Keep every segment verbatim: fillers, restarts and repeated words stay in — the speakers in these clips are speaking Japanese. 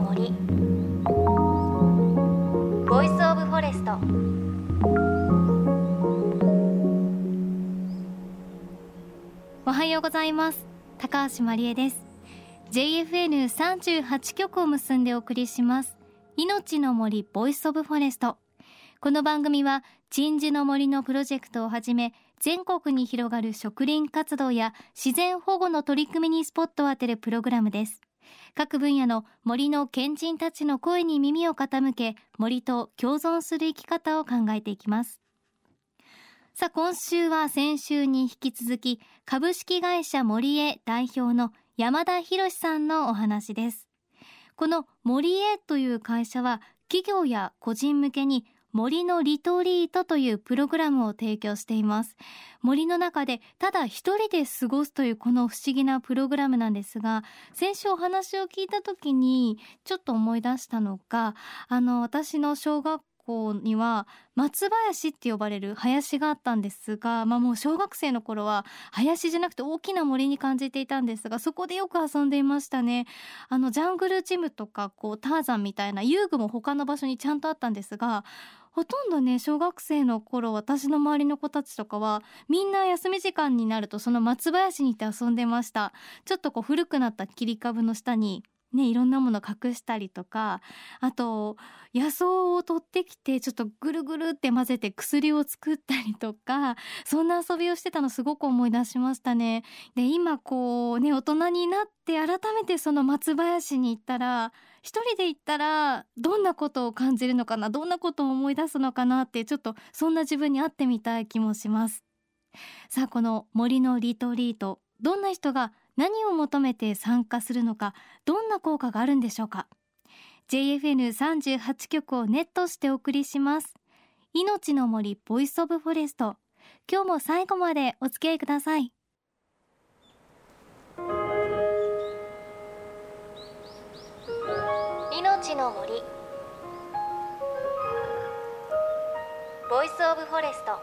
森ボイスオブフォレスト。おはようございます。高橋真理恵です。 ジェイエフエヌさんじゅうはち 局を結んでお送りします命の森ボイスオブフォレスト。この番組は鎮守の森のプロジェクトをはじめ、全国に広がる植林活動や自然保護の取り組みにスポットを当てるプログラムです。各分野の森の賢人たちの声に耳を傾け、森と共存する生き方を考えていきます。さあ、今週は先週に引き続き、株式会社森江代表の山田博さんのお話です。この森江という会社は、企業や個人向けに森のリトリートというプログラムを提供しています。森の中でただ一人で過ごすというこの不思議なプログラムなんですが、先週お話を聞いた時にちょっと思い出したのが、あの私の小学校には松林って呼ばれる林があったんですが、まあ、もう小学生の頃は林じゃなくて大きな森に感じていたんですが、そこでよく遊んでいましたね。あのジャングルジムとかこうターザンみたいな遊具も他の場所にちゃんとあったんですが、ほとんどね、小学生の頃私の周りの子たちとかはみんな休み時間になるとその松林に行って遊んでました。ちょっとこう古くなった切り株の下にね、いろんなもの隠したりとか、あと野草を取ってきてちょっとぐるぐるって混ぜて薬を作ったりとか、そんな遊びをしてたのすごく思い出しましたね。で、今こうね、大人になって改めてその松林に行ったら、一人で行ったらどんなことを感じるのかな、どんなことを思い出すのかなって、ちょっとそんな自分に会ってみたい気もします。さあ、この森のリトリート、どんな人が何を求めて参加するのか、どんな効果があるんでしょうか。 ジェイエフエヌさんじゅうはち 局をネットしてお送りします命の森ボイスオブフォレスト。今日も最後までお付き合いください。命の森ボイスオブフォレスト。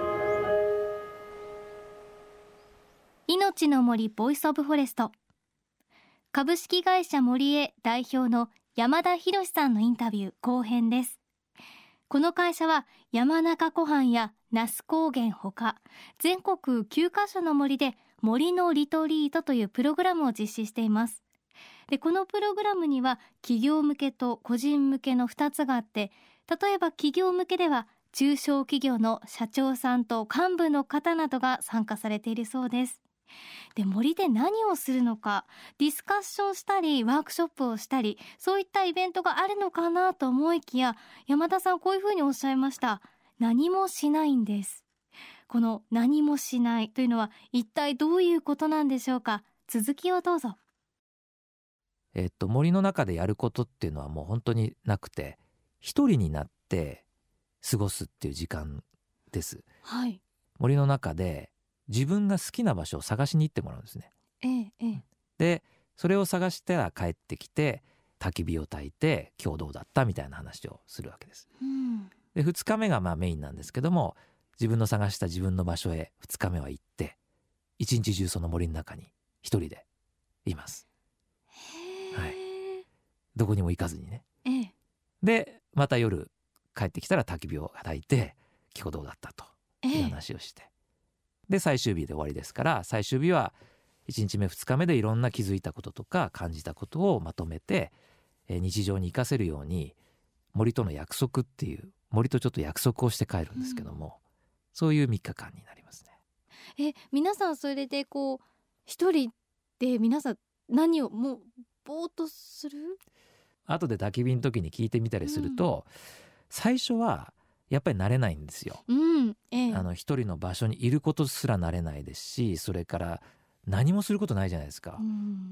命の森ボイスオブフォレスト。株式会社森江代表の山田博さんのインタビュー後編です。この会社は山中湖畔や那須高原ほか全国きゅうカ所の森で森のリトリートというプログラムを実施しています。で、このプログラムには企業向けと個人向けのふたつがあって、例えば企業向けでは中小企業の社長さんと幹部の方などが参加されているそうです。で、森で何をするのか、ディスカッションしたりワークショップをしたり、そういったイベントがあるのかなと思いきや、山田さんこういうふうにおっしゃいました。何もしないんです。この何もしないというのは一体どういうことなんでしょうか。続きをどうぞ。 えっと、森の中でやることっていうのはもう本当になくて、一人になって過ごすっていう時間です、 はい、 森の中で自分が好きな場所を探しに行ってもらうんですね。 ええええ、 でそれを探したら帰ってきて焚き火を焚いて今日どうだったみたいな話をするわけです、 うん、 でふつかめがまあメインなんですけども、自分の探した自分の場所へふつかめは行って一日中その森の中に一人でいます。 へー、 はい、どこにも行かずにね。 ええ、 でまた夜帰ってきたら焚き火を焚いて今日どうだったという話をして、ええ、で最終日で終わりですから、最終日はいちにちめふつかめでいろんな気づいたこととか感じたことをまとめて、えー、日常に生かせるように森との約束っていう、森とちょっと約束をして帰るんですけども、うん、そういうみっかかんになりますね。 え、皆さんそれでこう一人で皆さん何をもうぼーっとする？ 後で焚き火の時に聞いてみたりすると、うん、最初はやっぱり慣れないんですよ、 うんええ、 あの一人の場所にいることすら慣れないですし、それから何もすることないじゃないですか、うん、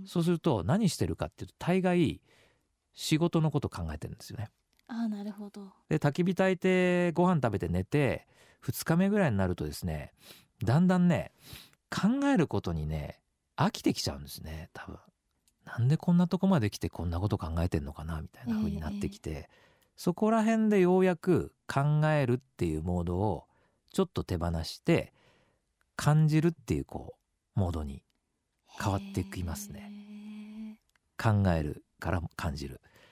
そうすると何してるかっていうと大概仕事のこと考えてるんですよね。 あ、なるほど。 で焚き火焚いてご飯食べて寝てふつかめぐらいになるとですね、だんだんね考えることにね飽きてきちゃうんですね。多分なんでこんなとこまで来てこんなこと考えてんのかなみたいな風になってきて、えー、そこら辺でようやく考えるっていうモードをちょっと手放して感じるっていうこうモードに変わっていきますね。考えるから感じる。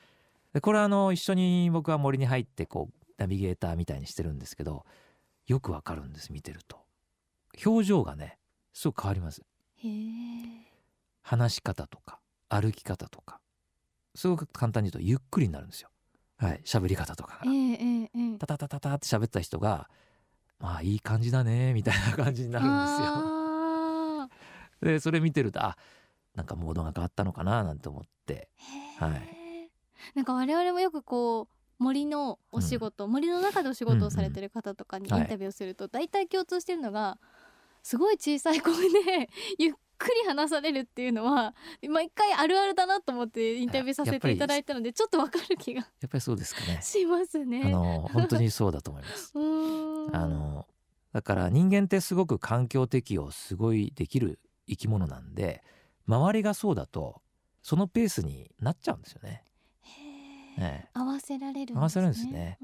でこれはあの一緒に僕は森に入ってこうナビゲーターみたいにしてるんですけど、よくわかるんです。見てると表情がねすごく変わります。 へえ。 話し方とか歩き方とか、すごく簡単に言うとゆっくりになるんですよ。はい、喋り方とかが、 ええええええ。 タタタタタって喋った人が、まあいい感じだねみたいな感じになるんですよ。 あーでそれ見てると、あ、なんかモードが変わったのかななんて思って、 へーはい、 なんか我々もよくこう森のお仕事、森の中でお仕事をされてる方とかにインタビューをすると、大体共通してるのがすごい小さい声でゆっくり話されるっていうのは毎回あるあるだなと思ってインタビューさせていただいたので、ちょっとわかる気がやっぱりそうですかね。 しますね。 あの本当にそうだと思いますうーんあのだから人間ってすごく環境適応すごいできる生き物なんで、周りがそうだとそのペースになっちゃうんですよね。 へーええ合わせられるんですね。 合わせられるんですね。 う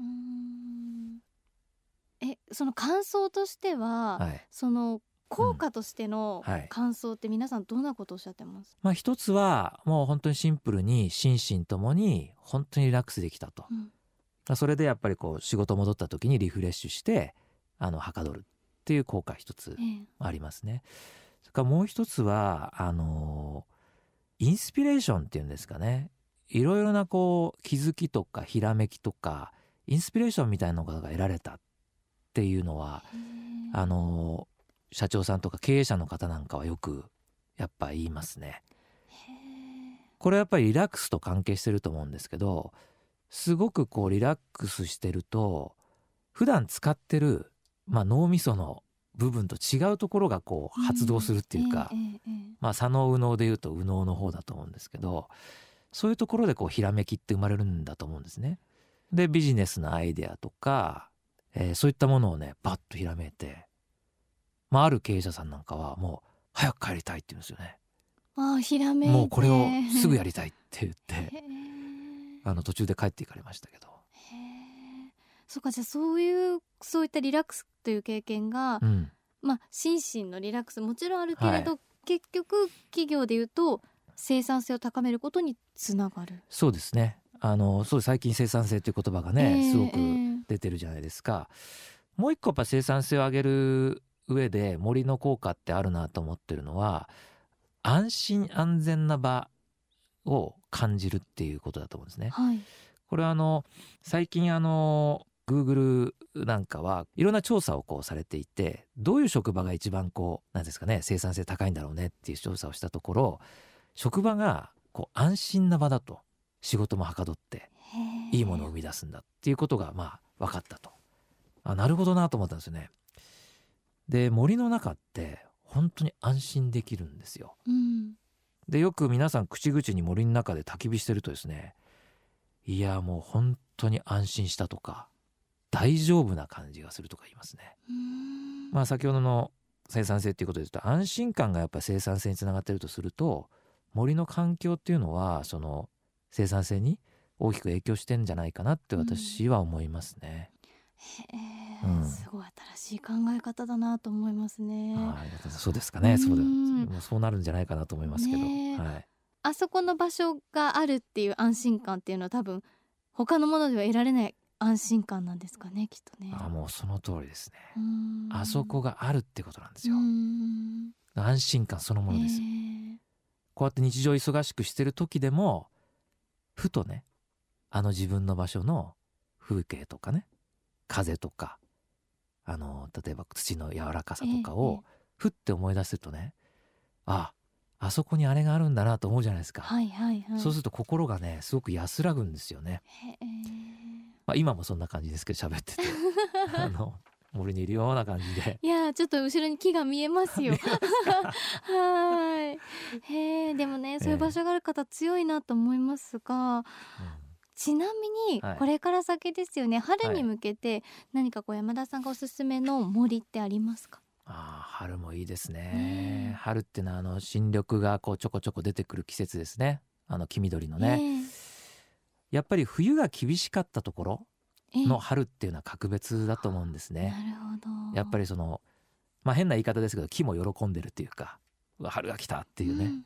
ーんえその感想としては、 はい、 その効果としてのうんはい感想って皆さんどんなことをおっしゃってます？ まあ一つはもう本当にシンプルに心身ともに本当にリラックスできたと、 うんそれでやっぱりこう仕事戻った時にリフレッシュしてあのはかどるっていう効果一つええありますね。それからもう一つはあのインスピレーションっていうんですかね、いろいろなこう気づきとかひらめきとかインスピレーションみたいなのが得られたっていうのは、 へーあの社長さんとか経営者の方なんかはよくやっぱ言いますね。 へこれはやっぱりリラックスと関係してると思うんですけど、すごくこうリラックスしてると普段使ってる、まあ、脳みその部分と違うところがこう発動するっていうか、 ええええええまあ左脳右脳でいうと右脳の方だと思うんですけど、そういうところでこうひらめきって生まれるんだと思うんですね。でビジネスのアイデアとか、えーそういったものをねバッとひらめいて、まあ、ある経営者さんなんかはもう早く帰りたいって言うんですよね。 ああひらめいてもうこれをすぐやりたいって言ってへーあの途中で帰っていかれましたけど、 へーそうか、じゃあそういうそういったリラックスという経験が、 うんまあ心身のリラックスもちろんあるけれど、 は結局企業でいうと生産性を高めることにつながる。 そうですね。あのそう最近生産性という言葉がね、 えーすごくえー出てるじゃないですか。もう一個やっぱ生産性を上げる上で森の効果ってあるなと思ってるのは、安心安全な場を感じるっていうことだと思うんですね。 はいこれはあの最近あの Google なんかはいろんな調査をこうされていて、どういう職場が一番こうなんですかね生産性高いんだろうねっていう調査をしたところ、職場がこう安心な場だと仕事もはかどってへーいいものを生み出すんだっていうことがまあ分かったと。あ、なるほどなと思ったんですよね。で森の中って本当に安心できるんですよ。 うんでよく皆さん口々に森の中で焚き火してるとですね、いやもう本当に安心したとか大丈夫な感じがするとか言いますね。 うーんまあ先ほどの生産性っていうことで言うと、安心感がやっぱり生産性につながっているとすると、森の環境っていうのはその生産性に大きく影響してんじゃないかなって私は思いますね。 へーうんすごい新しい考え方だなと思いますね。 あありがとうございます。そうですかね。そうだうんもうそうなるんじゃないかなと思いますけど、 ねえはい。 あそこの場所があるっていう安心感っていうのは多分他のものでは得られない安心感なんですかね、きっとね。 ああもうその通りですね。 うーんあそこがあるってことなんですよ。 うーん安心感そのものです。 へーこうやって日常忙しくしてる時でもふとね、あの自分の場所の風景とかね、風とかあの例えば土の柔らかさとかえをふって思い出すとね、ああそこにあれがあるんだなと思うじゃないですか。 はいはいはい。 そうすると心がねすごく安らぐんですよね。 へーまあ、今もそんな感じですけど喋っててあの森にいるような感じで。 いやーちょっと後ろに木が見えますよ。はーい。へーでもねそういう場所がある方強いなと思いますが、 うんちなみにはいこれから先ですよね、春に向けて何かこう山田さんがおすすめの森ってありますか？ ああ春もいいですね。 ねえ春ってのはあの新緑がこうちょこちょこ出てくる季節ですね。あの黄緑のね、 えやっぱり冬が厳しかったところええの春っていうのは格別だと思うんですね。 なるほど。 やっぱりそのまあ変な言い方ですけど木も喜んでるっていうか、うわ春が来たっていうね、 ん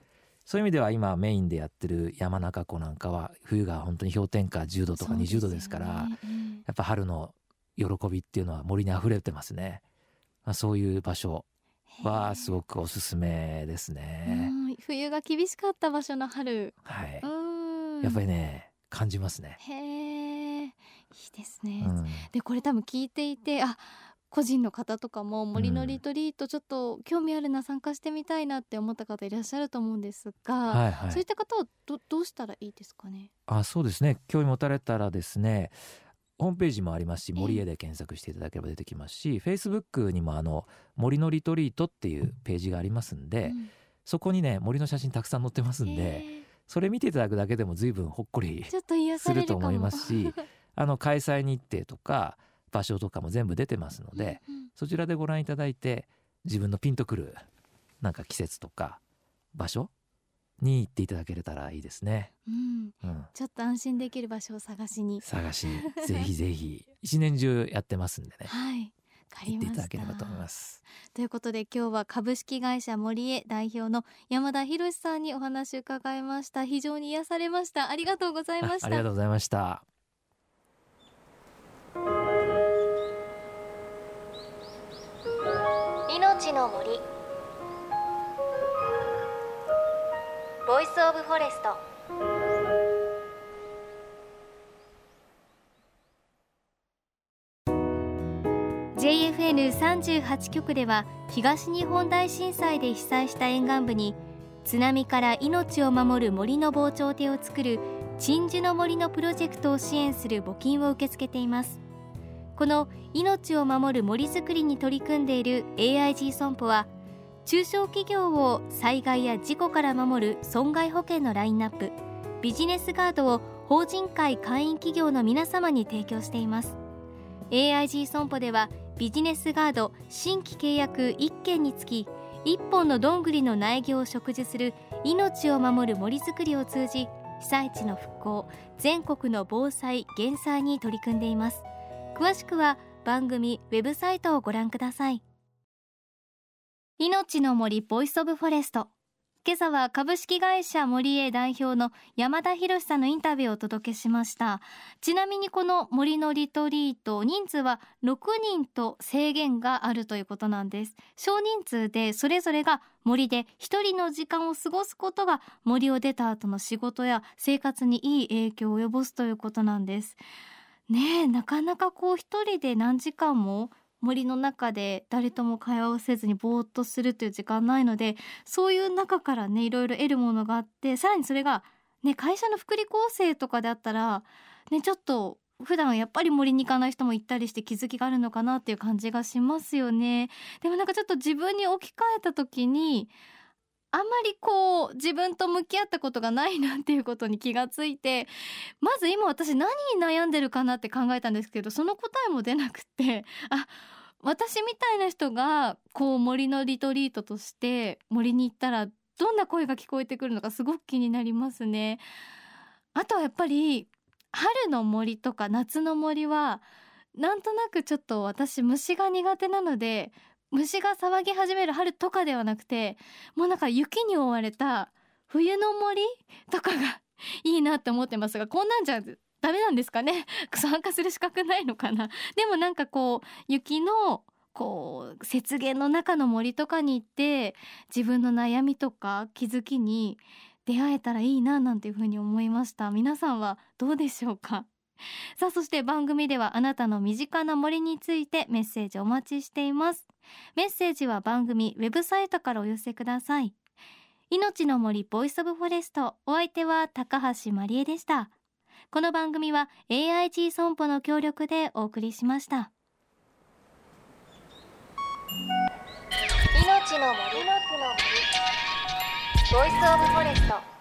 そういう意味では今メインでやってる山中湖なんかは冬が本当に氷点下じゅうどとかにじゅうどですから、 そうですよね、うん、 やっぱ春の喜びっていうのは森にあふれてますね。まあ、そういう場所はすごくおすすめですね。 うん、冬が厳しかった場所の春、 はい、 うん、 やっぱりね感じますね。 へえ、いいですね、 うん、 でこれ多分聞いていて、あ、個人の方とかも森のリトリートちょっと興味あるな、参加してみたいなって思った方いらっしゃると思うんですが、 はいはい、 そういった方は ど, どうしたらいいですかね。 あ、そうですね、興味持たれたらですね、ホームページもありますし、森へで検索していただければ出てきますし、Facebook にもあの森のリトリートっていうページがありますんで、うん、そこにね森の写真たくさん載ってますんで、それ見ていただくだけでも随分ほっこりすると思いますしあの開催日程とか場所とかも全部出てますので、うんうん、そちらでご覧いただいて自分のピンとくるなんか季節とか場所に行っていただけれたらいいですね、 うんうん、ちょっと安心できる場所を探しに探しにぜひぜひ一年中やってますんでね、 はい、 行っていただければと思います。 ということで今日は株式会社森江代表の山田博さんにお話伺いました。非常に癒されました。ありがとうございました。 あ, ありがとうございました。 命の森ボイスオブフォレスト。ジェイエフエヌさんじゅうはち 局では東日本大震災で被災した沿岸部に津波から命を守る森の防潮堤を作る鎮守の森のプロジェクトを支援する募金を受け付けています。この命を守る森づくりに取り組んでいる エーアイジー 損保は中小企業を災害や事故から守る損害保険のラインナップビジネスガードを法人会会員企業の皆様に提供しています。 エーアイジー 損保ではビジネスガード新規契約いっけんにつきいっぽんのどんぐりの苗木を植樹する命を守る森づくりを通じ被災地の復興、全国の防災・減災に取り組んでいます。詳しくは番組ウェブサイトをご覧ください。命の森ボイスオブフォレスト、今朝は株式会社森江代表の山田博さんのインタビューをお届けしました。ちなみにこの森のリトリート、人数はろくにんと制限があるということなんです。少人数でそれぞれが森で一人の時間を過ごすことが森を出た後の仕事や生活にいい影響を及ぼすということなんですね。え、なかなかこう一人で何時間も森の中で誰とも会話をせずにぼーっとするという時間ないので、そういう中からねいろいろ得るものがあって、さらにそれが、ね、会社の福利厚生とかであったら、ね、ちょっと普段やっぱり森に行かない人も行ったりして気づきがあるのかなっていう感じがしますよね。でもなんかちょっと自分に置き換えた時にあんまりこう自分と向き合ったことがないなっていうことに気がついて、まず今私何に悩んでるかなって考えたんですけど、その答えも出なくってあ私みたいな人がこう森のリトリートとして森に行ったらどんな声が聞こえてくるのかすごく気になりますね。あとはやっぱり春の森とか夏の森はなんとなくちょっと私虫が苦手なので、虫が騒ぎ始める春とかではなくて、もうなんか雪に覆われた冬の森とかがいいなって思ってますが、こんなんじゃダメなんですかね。参加する資格ないのかな。でもなんかこう雪のこう雪原の中の森とかに行って自分の悩みとか気づきに出会えたらいいななんていうふうに思いました。皆さんはどうでしょうか。さあ、そして番組ではあなたの身近な森についてメッセージお待ちしています。メッセージは番組ウェブサイトからお寄せください。命の森ボイスオブフォレスト、お相手は高橋まりえでした。この番組は エーアイジー 損保の協力でお送りしました。命の森ボイスオブフォレスト。